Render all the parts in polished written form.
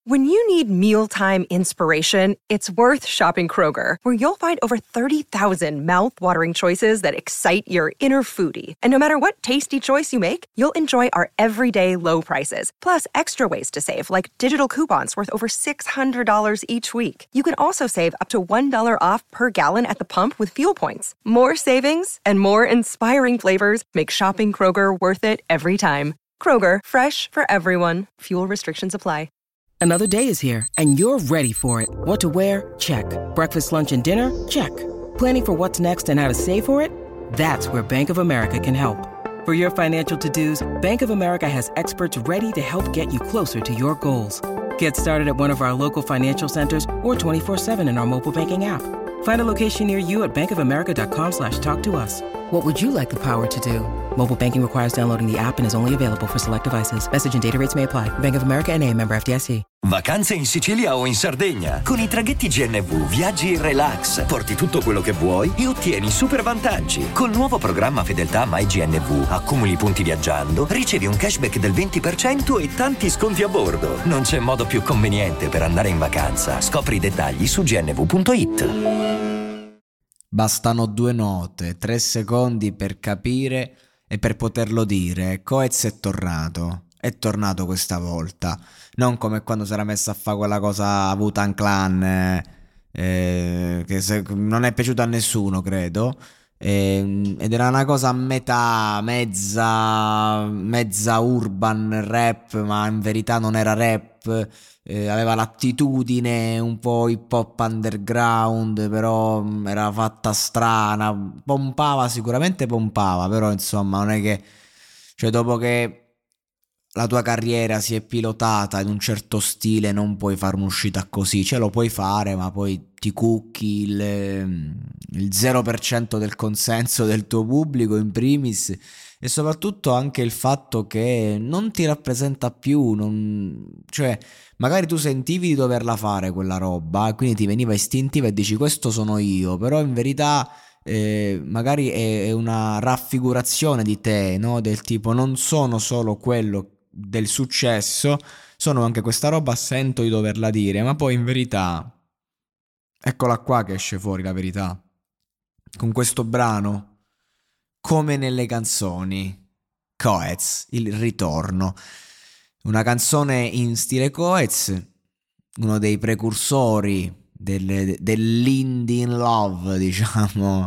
When you need mealtime inspiration, it's worth shopping Kroger, where you'll find over 30,000 mouth-watering choices that excite your inner foodie. And no matter what tasty choice you make, you'll enjoy our everyday low prices, plus extra ways to save, like digital coupons worth over $600 each week. You can also save up to $1 off per gallon at the pump with fuel points. More savings and more inspiring flavors make shopping Kroger worth it every time. Kroger, fresh for everyone. Fuel restrictions apply. Another day is here, and you're ready for it. What to wear? Check. Breakfast, lunch, and dinner? Check. Planning for what's next and how to save for it? That's where Bank of America can help. For your financial to-dos, Bank of America has experts ready to help get you closer to your goals. Get started at one of our local financial centers or 24/7 in our mobile banking app. Find a location near you at bankofamerica.com/talktous. What would you like the power to do? Mobile banking requires downloading the app and is only available for select devices. Message and data rates may apply. Bank of America N.A., member FDIC. Vacanze in Sicilia o in Sardegna. Con i traghetti GNV viaggi in relax, porti tutto quello che vuoi e ottieni super vantaggi. Col nuovo programma Fedeltà MyGNV accumuli punti viaggiando, ricevi un cashback del 20% e tanti sconti a bordo. Non c'è modo più conveniente per andare in vacanza. Scopri i dettagli su gnv.it. Bastano 2 note, 3 secondi per capire e per poterlo dire. Coez è tornato questa volta, non come quando si era messo a fare quella cosa Wu-Tang Clan, che non è piaciuto a nessuno, credo, ed era una cosa a metà, mezza urban rap, ma in verità non era rap. Aveva l'attitudine un po' hip hop underground, però era fatta strana, sicuramente pompava, però insomma non è che, cioè, dopo che la tua carriera si è pilotata in un certo stile non puoi fare un'uscita così, cioè lo puoi fare ma poi ti cucchi il 0% del consenso del tuo pubblico in primis, e soprattutto anche il fatto che non ti rappresenta più, cioè magari tu sentivi di doverla fare quella roba e quindi ti veniva istintiva e dici questo sono io, però in verità magari è una raffigurazione di te, no? Del tipo non sono solo quello del successo, sono anche questa roba, sento di doverla dire, ma poi in verità eccola qua che esce fuori la verità con questo brano. Come nelle canzoni, Coez, il ritorno, una canzone in stile Coez, uno dei precursori dell'indie in love, diciamo,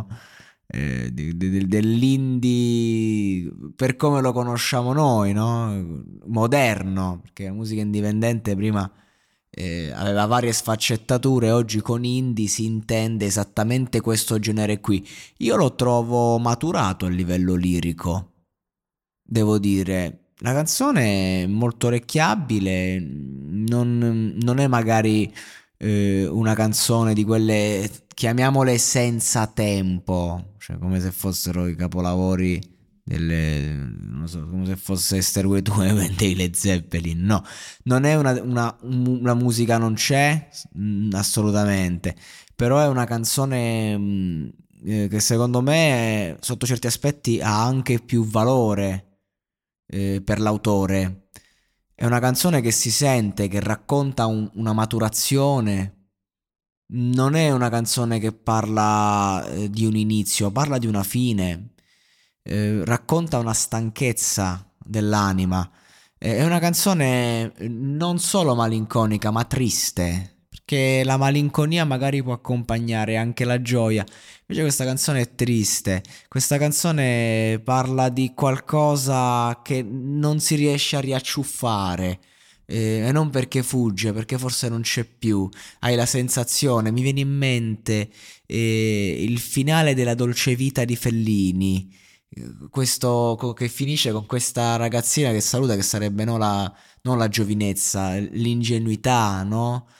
dell'indie per come lo conosciamo noi, no? Moderno, perché la musica indipendente prima aveva varie sfaccettature, oggi con indie si intende esattamente questo genere qui. Io lo trovo maturato a livello lirico, devo dire. La canzone è molto orecchiabile, non è magari una canzone di quelle, chiamiamole senza tempo, cioè come se fossero i capolavori non so, come se fosse Stairway to Heaven dei Led Zeppelin. No, non è una musica, non c'è assolutamente, però è una canzone che secondo me sotto certi aspetti ha anche più valore per l'autore. È una canzone che si sente, che racconta una maturazione. Non è una canzone che parla di un inizio, parla di una fine. Racconta una stanchezza dell'anima. È una canzone non solo malinconica ma triste, perché la malinconia magari può accompagnare anche la gioia, invece questa canzone è triste. Questa canzone parla di qualcosa che non si riesce a riacciuffare, e non perché fugge, perché forse non c'è più. Hai la sensazione, mi viene in mente il finale della Dolce Vita di Fellini, questo che finisce con questa ragazzina che saluta, che sarebbe non la giovinezza, l'ingenuità, no?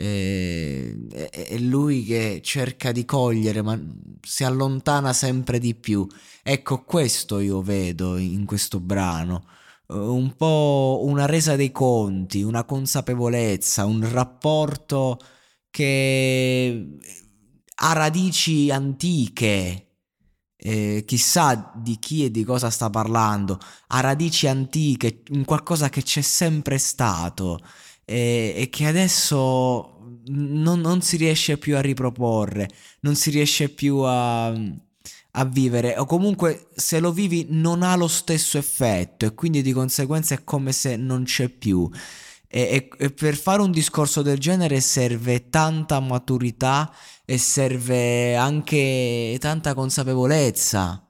E lui che cerca di cogliere ma si allontana sempre di più. Ecco, questo io vedo in questo brano, un po' una resa dei conti, una consapevolezza, un rapporto che ha radici antiche. Chissà di chi e di cosa sta parlando, ha radici antiche, in qualcosa che c'è sempre stato, e che adesso non si riesce più a riproporre, non si riesce più a vivere, o comunque se lo vivi non ha lo stesso effetto, e quindi di conseguenza è come se non c'è più. E per fare un discorso del genere serve tanta maturità e serve anche tanta consapevolezza,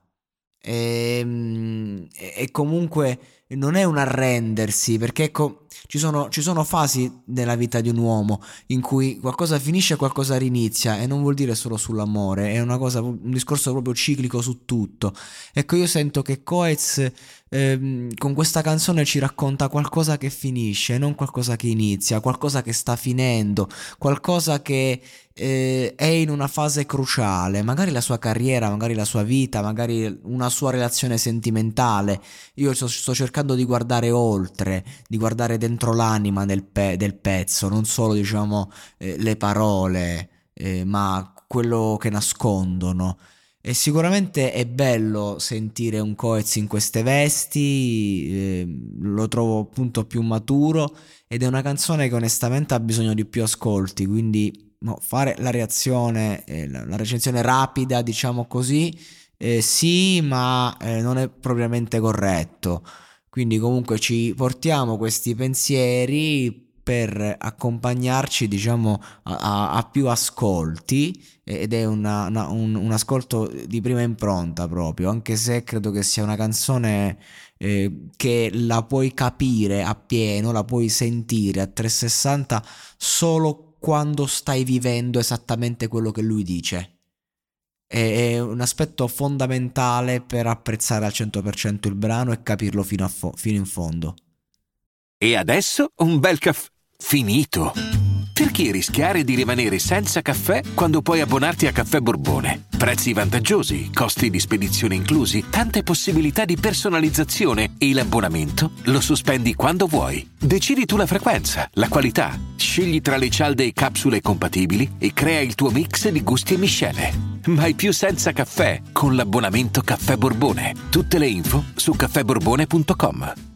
e comunque non è un arrendersi, perché ecco, ci sono fasi nella vita di un uomo in cui qualcosa finisce e qualcosa rinizia, e non vuol dire solo sull'amore, è un discorso proprio ciclico su tutto. Ecco, io sento che Coez con questa canzone ci racconta qualcosa che finisce, non qualcosa che inizia, qualcosa che sta finendo, qualcosa che è in una fase cruciale, magari la sua carriera, magari la sua vita, magari una sua relazione sentimentale. Io sto cercando di guardare oltre, di guardare dentro l'anima del pezzo, non solo diciamo le parole, ma quello che nascondono. E sicuramente è bello sentire un Coez in queste vesti, lo trovo appunto più maturo, ed è una canzone che onestamente ha bisogno di più ascolti, quindi fare la reazione, la recensione rapida, diciamo così, sì, ma non è propriamente corretto. Quindi comunque ci portiamo questi pensieri per accompagnarci, diciamo, a più ascolti, ed è un ascolto di prima impronta proprio, anche se credo che sia una canzone che la puoi capire appieno, la puoi sentire a 360 solo quando stai vivendo esattamente quello che lui dice. È un aspetto fondamentale per apprezzare al 100% il brano e capirlo fino in fondo. E adesso un bel caffè finito. Perché rischiare di rimanere senza caffè quando puoi abbonarti a Caffè Borbone? Prezzi vantaggiosi, costi di spedizione inclusi, tante possibilità di personalizzazione, e l'abbonamento lo sospendi quando vuoi. Decidi tu la frequenza, la qualità, scegli tra le cialde e capsule compatibili e crea il tuo mix di gusti e miscele. Mai più senza caffè con l'abbonamento Caffè Borbone. Tutte le info su caffèborbone.com.